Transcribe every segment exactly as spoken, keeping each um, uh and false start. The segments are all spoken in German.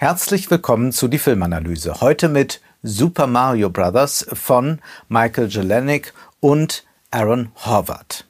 Herzlich willkommen zu die Filmanalyse. Heute mit Super Mario Bros. Von Michael Jelenic und Aaron Horvath.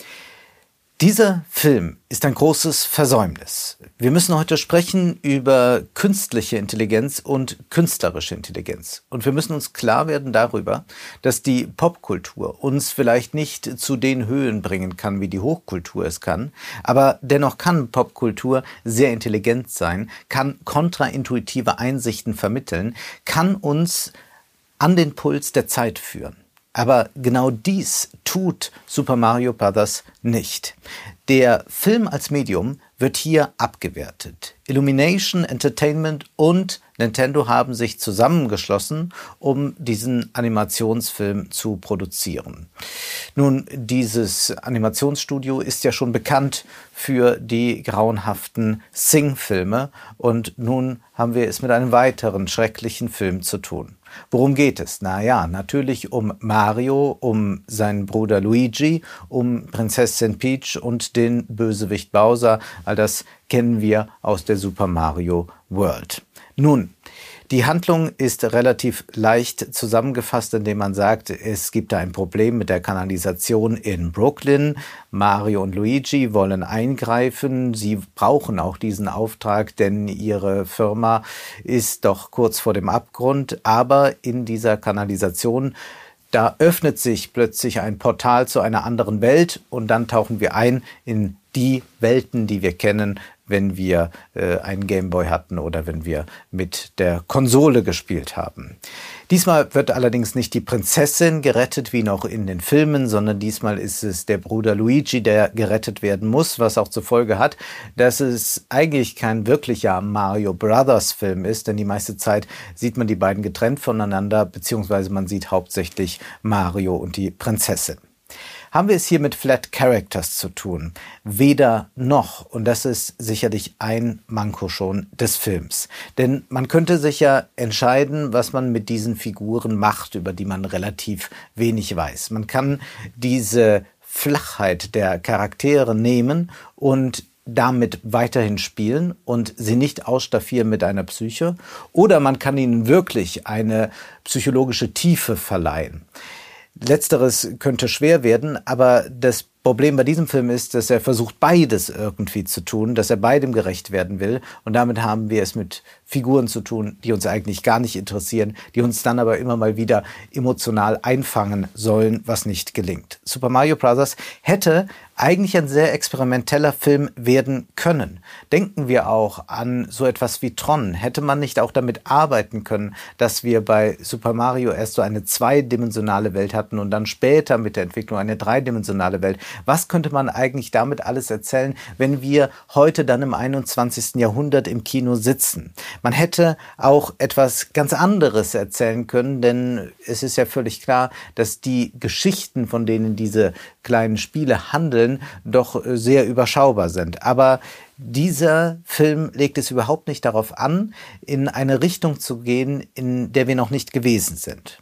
Dieser Film ist ein großes Versäumnis. Wir müssen heute sprechen über künstliche Intelligenz und künstlerische Intelligenz. Und wir müssen uns klar werden darüber, dass die Popkultur uns vielleicht nicht zu den Höhen bringen kann, wie die Hochkultur es kann. Aber dennoch kann Popkultur sehr intelligent sein, kann kontraintuitive Einsichten vermitteln, kann uns an den Puls der Zeit führen. Aber genau dies tut Super Mario Bros. Nicht. Der Film als Medium wird hier abgewertet. Illumination Entertainment und Nintendo haben sich zusammengeschlossen, um diesen Animationsfilm zu produzieren. Nun, dieses Animationsstudio ist ja schon bekannt für die grauenhaften Sing-Filme und nun haben wir es mit einem weiteren schrecklichen Film zu tun. Worum geht es? Naja, natürlich um Mario, um seinen Bruder Luigi, um Prinzessin Peach und den Bösewicht Bowser. All das kennen wir aus der Super Mario World. Nun, die Handlung ist relativ leicht zusammengefasst, indem man sagt, es gibt da ein Problem mit der Kanalisation in Brooklyn. Mario und Luigi wollen eingreifen. Sie brauchen auch diesen Auftrag, denn ihre Firma ist doch kurz vor dem Abgrund. Aber in dieser Kanalisation, da öffnet sich plötzlich ein Portal zu einer anderen Welt und dann tauchen wir ein in die Welten, die wir kennen, wenn wir äh, einen Gameboy hatten oder wenn wir mit der Konsole gespielt haben. Diesmal wird allerdings nicht die Prinzessin gerettet, wie noch in den Filmen, sondern diesmal ist es der Bruder Luigi, der gerettet werden muss, was auch zur Folge hat, dass es eigentlich kein wirklicher Mario Brothers Film ist, denn die meiste Zeit sieht man die beiden getrennt voneinander, beziehungsweise man sieht hauptsächlich Mario und die Prinzessin. Haben wir es hier mit Flat Characters zu tun? Weder noch. Und das ist sicherlich ein Manko schon des Films. Denn man könnte sich ja entscheiden, was man mit diesen Figuren macht, über die man relativ wenig weiß. Man kann diese Flachheit der Charaktere nehmen und damit weiterhin spielen und sie nicht ausstaffieren mit einer Psyche. Oder man kann ihnen wirklich eine psychologische Tiefe verleihen. Letzteres könnte schwer werden, aber das Problem bei diesem Film ist, dass er versucht, beides irgendwie zu tun, dass er beidem gerecht werden will. Und damit haben wir es mit Figuren zu tun, die uns eigentlich gar nicht interessieren, die uns dann aber immer mal wieder emotional einfangen sollen, was nicht gelingt. Super Mario Bros. Hätte eigentlich ein sehr experimenteller Film werden können. Denken wir auch an so etwas wie Tron. Hätte man nicht auch damit arbeiten können, dass wir bei Super Mario erst so eine zweidimensionale Welt hatten und dann später mit der Entwicklung eine dreidimensionale Welt? Was könnte man eigentlich damit alles erzählen, wenn wir heute dann im einundzwanzigsten Jahrhundert im Kino sitzen? Man hätte auch etwas ganz anderes erzählen können, denn es ist ja völlig klar, dass die Geschichten, von denen diese kleinen Spiele handeln, doch sehr überschaubar sind. Aber dieser Film legt es überhaupt nicht darauf an, in eine Richtung zu gehen, in der wir noch nicht gewesen sind.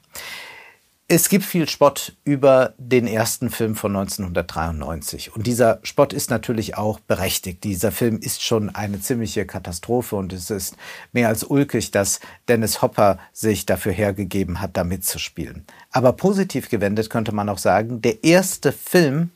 Es gibt viel Spott über den ersten Film von neunzehnhundertdreiundneunzig und dieser Spott ist natürlich auch berechtigt. Dieser Film ist schon eine ziemliche Katastrophe und es ist mehr als ulkig, dass Dennis Hopper sich dafür hergegeben hat, da mitzuspielen. Aber positiv gewendet könnte man auch sagen, der erste Film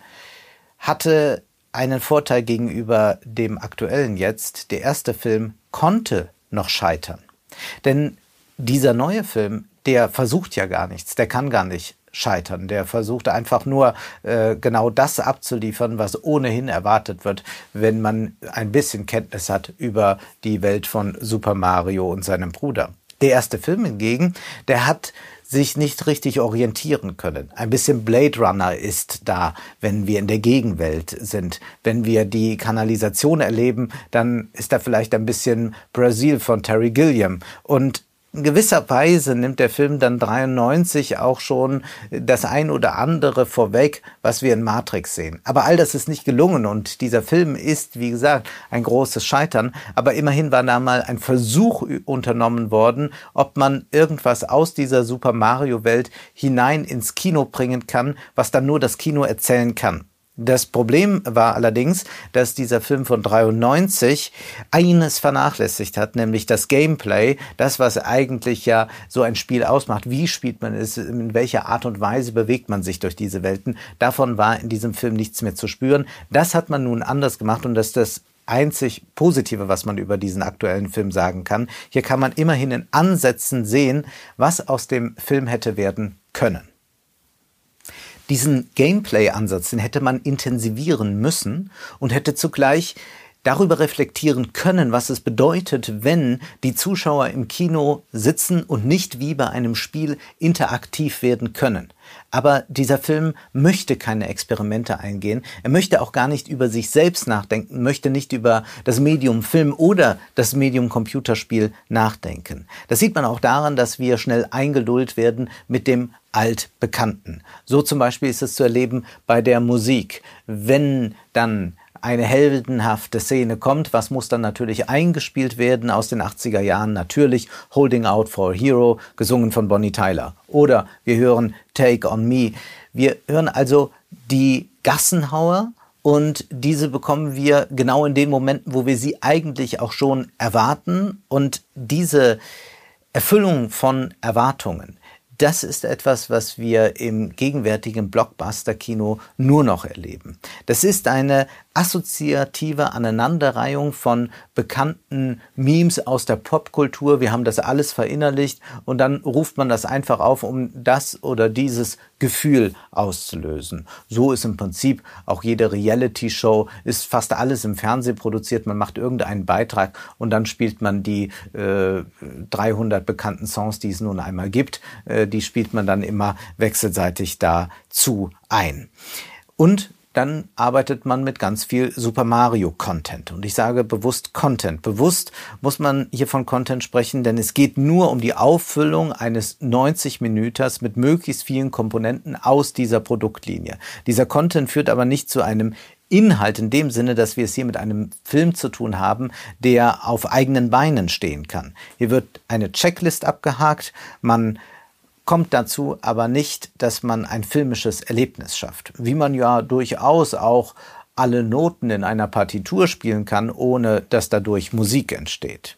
hatte einen Vorteil gegenüber dem aktuellen jetzt. Der erste Film konnte noch scheitern, denn dieser neue Film, der versucht ja gar nichts, der kann gar nicht scheitern. Der versucht einfach nur äh, genau das abzuliefern, was ohnehin erwartet wird, wenn man ein bisschen Kenntnis hat über die Welt von Super Mario und seinem Bruder. Der erste Film hingegen, der hat sich nicht richtig orientieren können. Ein bisschen Blade Runner ist da, wenn wir in der Gegenwelt sind. Wenn wir die Kanalisation erleben, dann ist da vielleicht ein bisschen Brazil von Terry Gilliam. Und in gewisser Weise nimmt der Film dann dreiundneunzig auch schon das ein oder andere vorweg, was wir in Matrix sehen. Aber all das ist nicht gelungen und dieser Film ist, wie gesagt, ein großes Scheitern. Aber immerhin war da mal ein Versuch unternommen worden, ob man irgendwas aus dieser Super Mario Welt hinein ins Kino bringen kann, was dann nur das Kino erzählen kann. Das Problem war allerdings, dass dieser Film von dreiundneunzig eines vernachlässigt hat, nämlich das Gameplay, das, was eigentlich ja so ein Spiel ausmacht. Wie spielt man es, in welcher Art und Weise bewegt man sich durch diese Welten? Davon war in diesem Film nichts mehr zu spüren. Das hat man nun anders gemacht und das ist das einzig Positive, was man über diesen aktuellen Film sagen kann. Hier kann man immerhin in Ansätzen sehen, was aus dem Film hätte werden können. Diesen Gameplay-Ansatz, den hätte man intensivieren müssen und hätte zugleich darüber reflektieren können, was es bedeutet, wenn die Zuschauer im Kino sitzen und nicht wie bei einem Spiel interaktiv werden können. Aber dieser Film möchte keine Experimente eingehen. Er möchte auch gar nicht über sich selbst nachdenken, möchte nicht über das Medium Film oder das Medium Computerspiel nachdenken. Das sieht man auch daran, dass wir schnell eingelullt werden mit dem Altbekannten. So zum Beispiel ist es zu erleben bei der Musik. Wenn dann eine heldenhafte Szene kommt, was muss dann natürlich eingespielt werden aus den achtziger Jahren? Natürlich Holding Out for a Hero, gesungen von Bonnie Tyler. Oder wir hören Take on Me. Wir hören also die Gassenhauer und diese bekommen wir genau in den Momenten, wo wir sie eigentlich auch schon erwarten. Und diese Erfüllung von Erwartungen, das ist etwas, was wir im gegenwärtigen Blockbuster-Kino nur noch erleben. Das ist eine assoziative Aneinanderreihung von bekannten Memes aus der Popkultur. Wir haben das alles verinnerlicht und dann ruft man das einfach auf, um das oder dieses Gefühl auszulösen. So ist im Prinzip auch jede Reality-Show, ist fast alles im Fernsehen produziert. Man macht irgendeinen Beitrag und dann spielt man die äh, dreihundert bekannten Songs, die es nun einmal gibt. Äh, die spielt man dann immer wechselseitig dazu ein. Und dann arbeitet man mit ganz viel Super Mario Content. Und ich sage bewusst Content. Bewusst muss man hier von Content sprechen, denn es geht nur um die Auffüllung eines neunzig Minüters mit möglichst vielen Komponenten aus dieser Produktlinie. Dieser Content führt aber nicht zu einem Inhalt in dem Sinne, dass wir es hier mit einem Film zu tun haben, der auf eigenen Beinen stehen kann. Hier wird eine Checklist abgehakt, man kommt dazu aber nicht, dass man ein filmisches Erlebnis schafft. Wie man ja durchaus auch alle Noten in einer Partitur spielen kann, ohne dass dadurch Musik entsteht.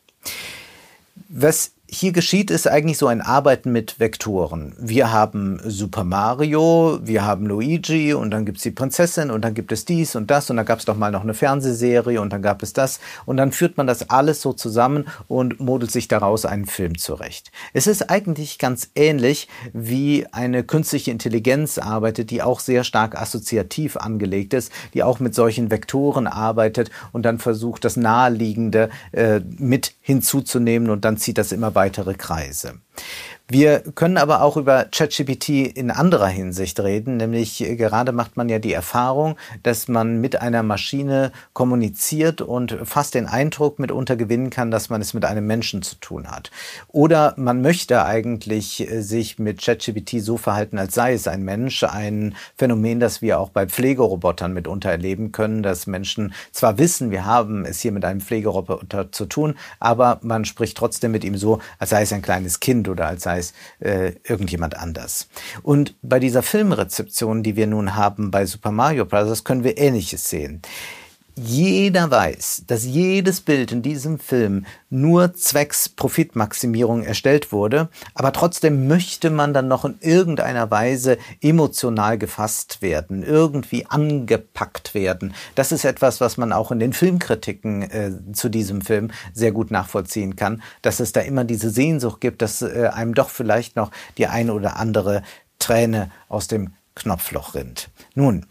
Was hier geschieht, ist eigentlich so ein Arbeiten mit Vektoren. Wir haben Super Mario, wir haben Luigi und dann gibt es die Prinzessin und dann gibt es dies und das und dann gab es doch mal noch eine Fernsehserie und dann gab es das und dann führt man das alles so zusammen und modelt sich daraus einen Film zurecht. Es ist eigentlich ganz ähnlich, wie eine künstliche Intelligenz arbeitet, die auch sehr stark assoziativ angelegt ist, die auch mit solchen Vektoren arbeitet und dann versucht, das Naheliegende äh, mit hinzuzunehmen und dann zieht das immer weitere Kreise. Wir können aber auch über ChatGPT in anderer Hinsicht reden, nämlich gerade macht man ja die Erfahrung, dass man mit einer Maschine kommuniziert und fast den Eindruck mitunter gewinnen kann, dass man es mit einem Menschen zu tun hat. Oder man möchte eigentlich sich mit ChatGPT so verhalten, als sei es ein Mensch, ein Phänomen, das wir auch bei Pflegerobotern mitunter erleben können, dass Menschen zwar wissen, wir haben es hier mit einem Pflegeroboter zu tun, aber man spricht trotzdem mit ihm so, als sei es ein kleines Kind oder als sei es äh, irgendjemand anders. Und bei dieser Filmrezeption, die wir nun haben bei Super Mario Bros., können wir Ähnliches sehen. Jeder weiß, dass jedes Bild in diesem Film nur zwecks Profitmaximierung erstellt wurde, aber trotzdem möchte man dann noch in irgendeiner Weise emotional gefasst werden, irgendwie angepackt werden. Das ist etwas, was man auch in den Filmkritiken äh, zu diesem Film sehr gut nachvollziehen kann, dass es da immer diese Sehnsucht gibt, dass äh, einem doch vielleicht noch die eine oder andere Träne aus dem Knopfloch rinnt. Nun,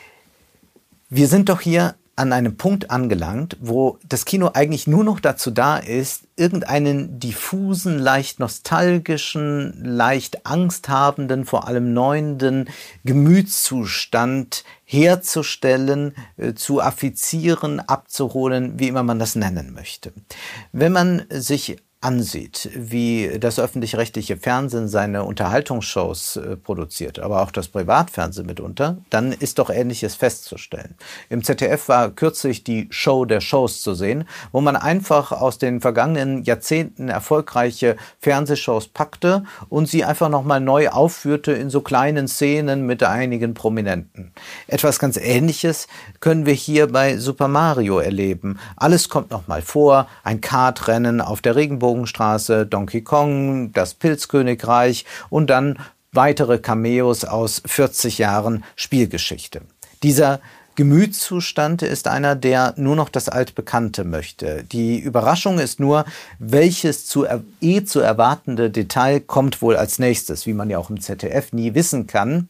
wir sind doch hier an einem Punkt angelangt, wo das Kino eigentlich nur noch dazu da ist, irgendeinen diffusen, leicht nostalgischen, leicht angsthabenden, vor allem neuenden Gemütszustand herzustellen, äh, zu affizieren, abzuholen, wie immer man das nennen möchte. Wenn man sich ansieht, wie das öffentlich-rechtliche Fernsehen seine Unterhaltungsshows äh, produziert, aber auch das Privatfernsehen mitunter, dann ist doch Ähnliches festzustellen. Im Z D F war kürzlich die Show der Shows zu sehen, wo man einfach aus den vergangenen Jahrzehnten erfolgreiche Fernsehshows packte und sie einfach nochmal neu aufführte in so kleinen Szenen mit einigen Prominenten. Etwas ganz Ähnliches können wir hier bei Super Mario erleben. Alles kommt nochmal vor, ein Kartrennen auf der Regenbogen Straße, Donkey Kong, das Pilzkönigreich und dann weitere Cameos aus vierzig Jahren Spielgeschichte. Dieser Gemütszustand ist einer, der nur noch das Altbekannte möchte. Die Überraschung ist nur, welches zu er- eh zu erwartende Detail kommt wohl als nächstes, wie man ja auch im Z D F nie wissen kann.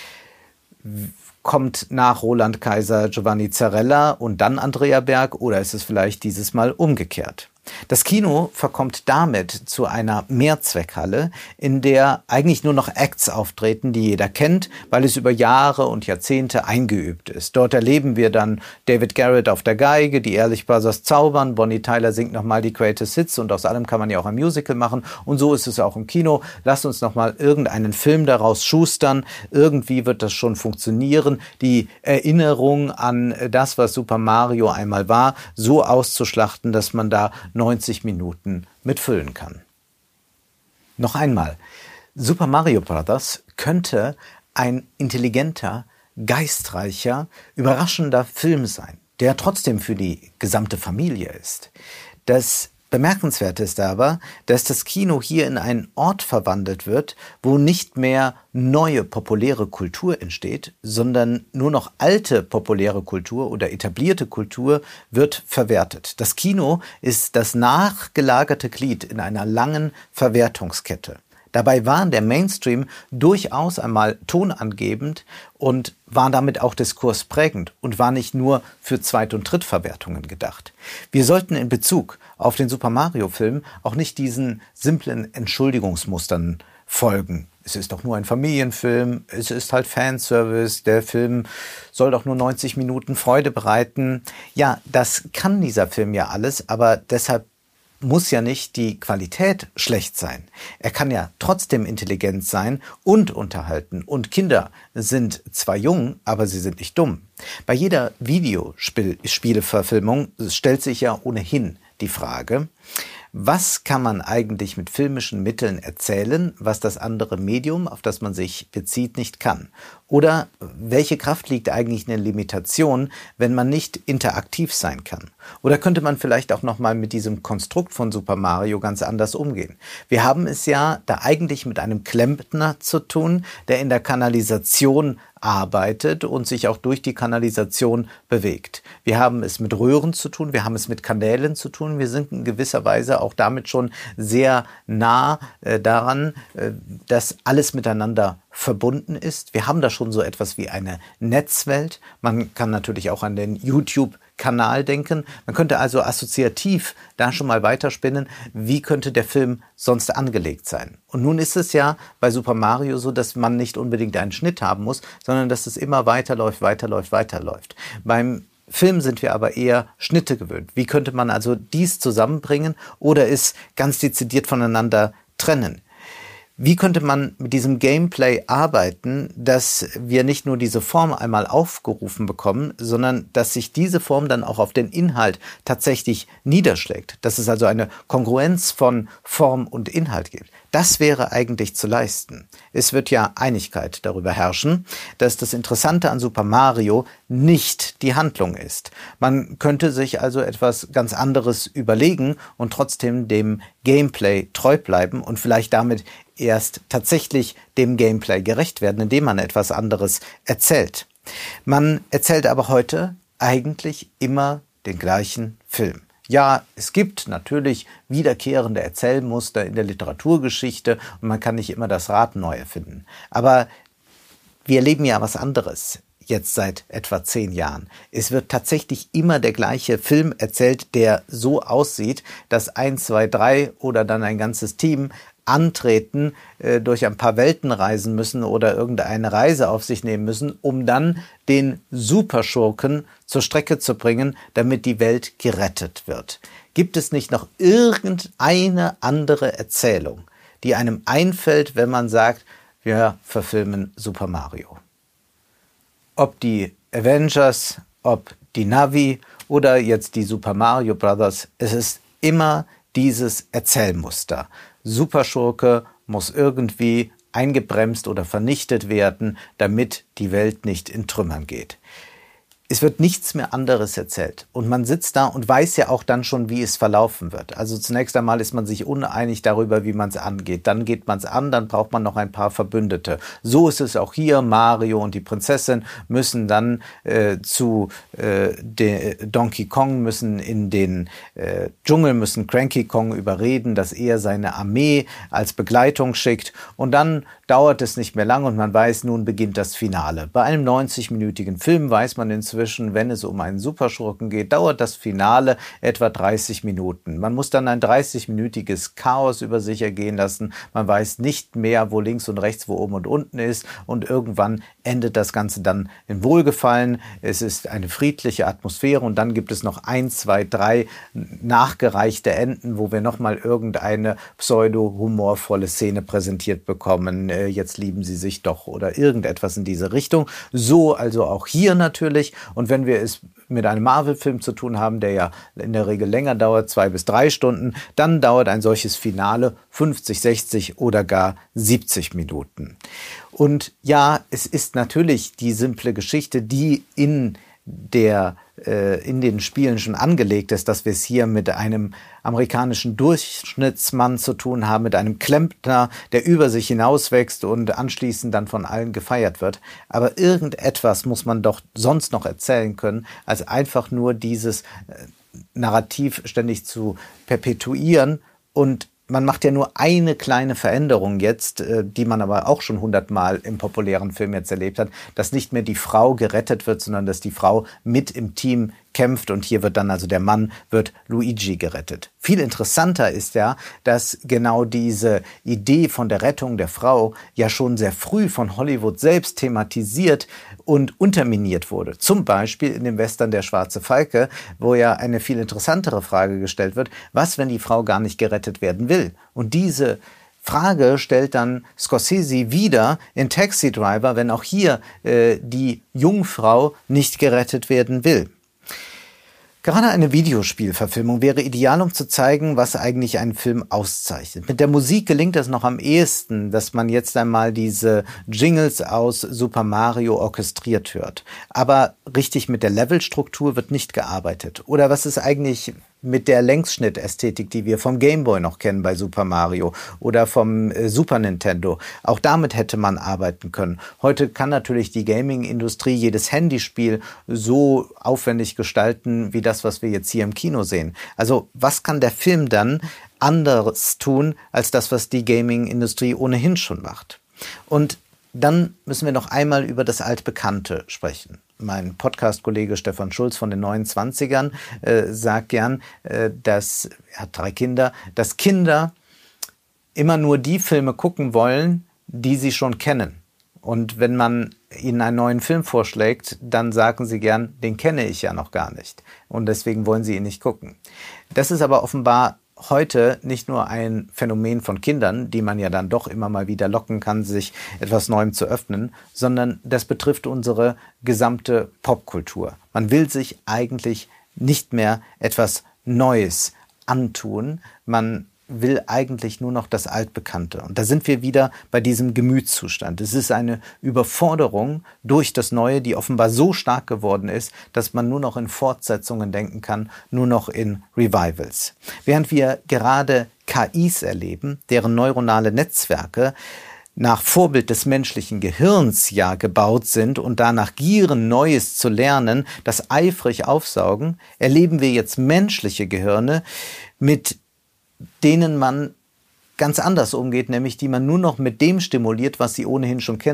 Kommt nach Roland Kaiser Giovanni Zarella und dann Andrea Berg oder ist es vielleicht dieses Mal umgekehrt? Das Kino verkommt damit zu einer Mehrzweckhalle, in der eigentlich nur noch Acts auftreten, die jeder kennt, weil es über Jahre und Jahrzehnte eingeübt ist. Dort erleben wir dann David Garrett auf der Geige, die Ehrlich Brothers zaubern, Bonnie Tyler singt nochmal die Greatest Hits und aus allem kann man ja auch ein Musical machen und so ist es auch im Kino. Lasst uns nochmal irgendeinen Film daraus schustern, irgendwie wird das schon funktionieren, die Erinnerung an das, was Super Mario einmal war, so auszuschlachten, dass man da neunzig Minuten mitfüllen kann. Noch einmal, Super Mario Brothers könnte ein intelligenter, geistreicher, überraschender Film sein, der trotzdem für die gesamte Familie ist. Das Bemerkenswert ist aber, dass das Kino hier in einen Ort verwandelt wird, wo nicht mehr neue populäre Kultur entsteht, sondern nur noch alte populäre Kultur oder etablierte Kultur wird verwertet. Das Kino ist das nachgelagerte Glied in einer langen Verwertungskette. Dabei war der Mainstream durchaus einmal tonangebend und war damit auch diskursprägend und war nicht nur für Zweit- und Drittverwertungen gedacht. Wir sollten in Bezug auf den Super Mario-Film auch nicht diesen simplen Entschuldigungsmustern folgen. Es ist doch nur ein Familienfilm, es ist halt Fanservice, der Film soll doch nur neunzig Minuten Freude bereiten. Ja, das kann dieser Film ja alles, aber deshalb muss ja nicht die Qualität schlecht sein. Er kann ja trotzdem intelligent sein und unterhalten. Und Kinder sind zwar jung, aber sie sind nicht dumm. Bei jeder Videospieleverfilmung stellt sich ja ohnehin die Frage, was kann man eigentlich mit filmischen Mitteln erzählen, was das andere Medium, auf das man sich bezieht, nicht kann? Oder welche Kraft liegt eigentlich in der Limitation, wenn man nicht interaktiv sein kann? Oder könnte man vielleicht auch nochmal mit diesem Konstrukt von Super Mario ganz anders umgehen? Wir haben es ja da eigentlich mit einem Klempner zu tun, der in der Kanalisation arbeitet und sich auch durch die Kanalisation bewegt. Wir haben es mit Röhren zu tun, wir haben es mit Kanälen zu tun. Wir sind in gewisser Weise auch damit schon sehr nah äh, daran, äh, dass alles miteinander verbunden ist. Wir haben da schon so etwas wie eine Netzwelt. Man kann natürlich auch an den YouTube-Kanal denken. Man könnte also assoziativ da schon mal weiterspinnen, wie könnte der Film sonst angelegt sein. Und nun ist es ja bei Super Mario so, dass man nicht unbedingt einen Schnitt haben muss, sondern dass es immer weiterläuft, weiterläuft, weiterläuft. Beim Film sind wir aber eher Schnitte gewöhnt. Wie könnte man also dies zusammenbringen oder es ganz dezidiert voneinander trennen? Wie könnte man mit diesem Gameplay arbeiten, dass wir nicht nur diese Form einmal aufgerufen bekommen, sondern dass sich diese Form dann auch auf den Inhalt tatsächlich niederschlägt, dass es also eine Kongruenz von Form und Inhalt gibt? Das wäre eigentlich zu leisten. Es wird ja Einigkeit darüber herrschen, dass das Interessante an Super Mario nicht die Handlung ist. Man könnte sich also etwas ganz anderes überlegen und trotzdem dem Gameplay treu bleiben und vielleicht damit erst tatsächlich dem Gameplay gerecht werden, indem man etwas anderes erzählt. Man erzählt aber heute eigentlich immer den gleichen Film. Ja, es gibt natürlich wiederkehrende Erzählmuster in der Literaturgeschichte und man kann nicht immer das Rad neu erfinden. Aber wir erleben ja was anderes jetzt seit etwa zehn Jahren. Es wird tatsächlich immer der gleiche Film erzählt, der so aussieht, dass ein, zwei, drei oder dann ein ganzes Team antreten, äh, durch ein paar Welten reisen müssen oder irgendeine Reise auf sich nehmen müssen, um dann den Superschurken zur Strecke zu bringen, damit die Welt gerettet wird. Gibt es nicht noch irgendeine andere Erzählung, die einem einfällt, wenn man sagt, wir verfilmen Super Mario? Ob die Avengers, ob die Na'vi oder jetzt die Super Mario Brothers, es ist immer dieses Erzählmuster. Superschurke muss irgendwie eingebremst oder vernichtet werden, damit die Welt nicht in Trümmern geht. Es wird nichts mehr anderes erzählt. Und man sitzt da und weiß ja auch dann schon, wie es verlaufen wird. Also zunächst einmal ist man sich uneinig darüber, wie man es angeht. Dann geht man es an, dann braucht man noch ein paar Verbündete. So ist es auch hier. Mario und die Prinzessin müssen dann äh, zu äh, de, Donkey Kong, müssen in den äh, Dschungel, müssen Cranky Kong überreden, dass er seine Armee als Begleitung schickt. Und dann dauert es nicht mehr lang und man weiß, nun beginnt das Finale. Bei einem neunzig-minütigen Film weiß man inzwischen, wenn es um einen Superschurken geht, dauert das Finale etwa dreißig Minuten. Man muss dann ein dreißig-minütiges Chaos über sich ergehen lassen. Man weiß nicht mehr, wo links und rechts, wo oben und unten ist. Und irgendwann endet das Ganze dann in Wohlgefallen. Es ist eine friedliche Atmosphäre und dann gibt es noch ein, zwei, drei nachgereichte Enden, wo wir nochmal irgendeine pseudo-humorvolle Szene präsentiert bekommen. Jetzt lieben sie sich doch oder irgendetwas in diese Richtung. So also auch hier natürlich. Und wenn wir es mit einem Marvel-Film zu tun haben, der ja in der Regel länger dauert, zwei bis drei Stunden, dann dauert ein solches Finale fünfzig, sechzig oder gar siebzig Minuten. Und ja, es ist natürlich die simple Geschichte, die in der äh, in den Spielen schon angelegt ist, dass wir es hier mit einem amerikanischen Durchschnittsmann zu tun haben, mit einem Klempner, der über sich hinauswächst und anschließend dann von allen gefeiert wird. Aber irgendetwas muss man doch sonst noch erzählen können, als einfach nur dieses äh, Narrativ ständig zu perpetuieren. Und man macht ja nur eine kleine Veränderung jetzt, die man aber auch schon hundertmal im populären Film jetzt erlebt hat, dass nicht mehr die Frau gerettet wird, sondern dass die Frau mit im Team kämpft und hier wird dann also der Mann, wird Luigi gerettet. Viel interessanter ist ja, dass genau diese Idee von der Rettung der Frau ja schon sehr früh von Hollywood selbst thematisiert und unterminiert wurde. Zum Beispiel in dem Western Der schwarze Falke, wo ja eine viel interessantere Frage gestellt wird, was, wenn die Frau gar nicht gerettet werden will? Und diese Frage stellt dann Scorsese wieder in Taxi Driver, wenn auch hier äh, die Jungfrau nicht gerettet werden will. Gerade eine Videospielverfilmung wäre ideal, um zu zeigen, was eigentlich einen Film auszeichnet. Mit der Musik gelingt es noch am ehesten, dass man jetzt einmal diese Jingles aus Super Mario orchestriert hört. Aber richtig mit der Levelstruktur wird nicht gearbeitet. Oder was ist eigentlich mit der Längsschnittästhetik, die wir vom Game Boy noch kennen bei Super Mario oder vom äh, Super Nintendo. Auch damit hätte man arbeiten können. Heute kann natürlich die Gaming-Industrie jedes Handyspiel so aufwendig gestalten, wie das, was wir jetzt hier im Kino sehen. Also was kann der Film dann anderes tun, als das, was die Gaming-Industrie ohnehin schon macht? Und dann müssen wir noch einmal über das Altbekannte sprechen. Mein Podcast-Kollege Stefan Schulz von den neunundzwanzigern äh, sagt gern, äh, dass, er hat drei Kinder, dass Kinder immer nur die Filme gucken wollen, die sie schon kennen. Und wenn man ihnen einen neuen Film vorschlägt, dann sagen sie gern, den kenne ich ja noch gar nicht. Und deswegen wollen sie ihn nicht gucken. Das ist aber offenbar heute nicht nur ein Phänomen von Kindern, die man ja dann doch immer mal wieder locken kann, sich etwas Neuem zu öffnen, sondern das betrifft unsere gesamte Popkultur. Man will sich eigentlich nicht mehr etwas Neues antun, man will eigentlich nur noch das Altbekannte. Und da sind wir wieder bei diesem Gemütszustand. Es ist eine Überforderung durch das Neue, die offenbar so stark geworden ist, dass man nur noch in Fortsetzungen denken kann, nur noch in Revivals. Während wir gerade K Is erleben, deren neuronale Netzwerke nach Vorbild des menschlichen Gehirns ja gebaut sind und danach gieren, Neues zu lernen, das eifrig aufsaugen, erleben wir jetzt menschliche Gehirne, mit denen man ganz anders umgeht, nämlich die man nur noch mit dem stimuliert, was sie ohnehin schon kennen,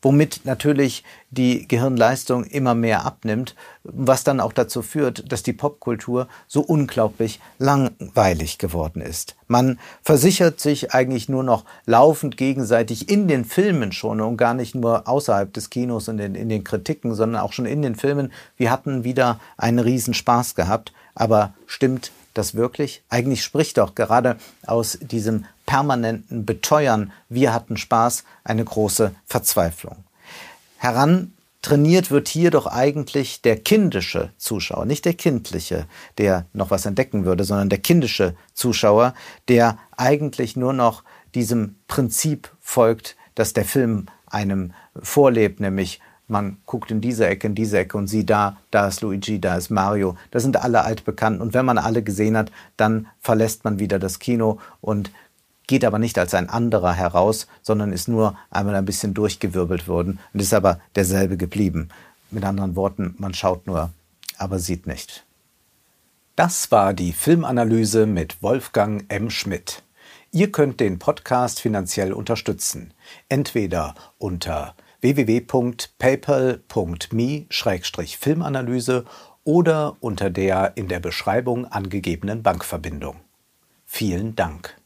womit natürlich die Gehirnleistung immer mehr abnimmt, was dann auch dazu führt, dass die Popkultur so unglaublich langweilig geworden ist. Man versichert sich eigentlich nur noch laufend gegenseitig in den Filmen schon und gar nicht nur außerhalb des Kinos und in, in den Kritiken, sondern auch schon in den Filmen. Wir hatten wieder einen Riesenspaß gehabt, aber stimmt das wirklich? Eigentlich spricht doch gerade aus diesem permanenten Beteuern, wir hatten Spaß, eine große Verzweiflung. Herantrainiert wird hier doch eigentlich der kindische Zuschauer, nicht der kindliche, der noch was entdecken würde, sondern der kindische Zuschauer, der eigentlich nur noch diesem Prinzip folgt, dass der Film einem vorlebt, nämlich man guckt in diese Ecke, in diese Ecke und sieht da, da ist Luigi, da ist Mario. Das sind alle altbekannt. Und wenn man alle gesehen hat, dann verlässt man wieder das Kino und geht aber nicht als ein anderer heraus, sondern ist nur einmal ein bisschen durchgewirbelt worden und ist aber derselbe geblieben. Mit anderen Worten, man schaut nur, aber sieht nicht. Das war die Filmanalyse mit Wolfgang M. Schmidt. Ihr könnt den Podcast finanziell unterstützen. Entweder unter w w w punkt paypal punkt me Schrägstrich Filmanalyse oder unter der in der Beschreibung angegebenen Bankverbindung. Vielen Dank.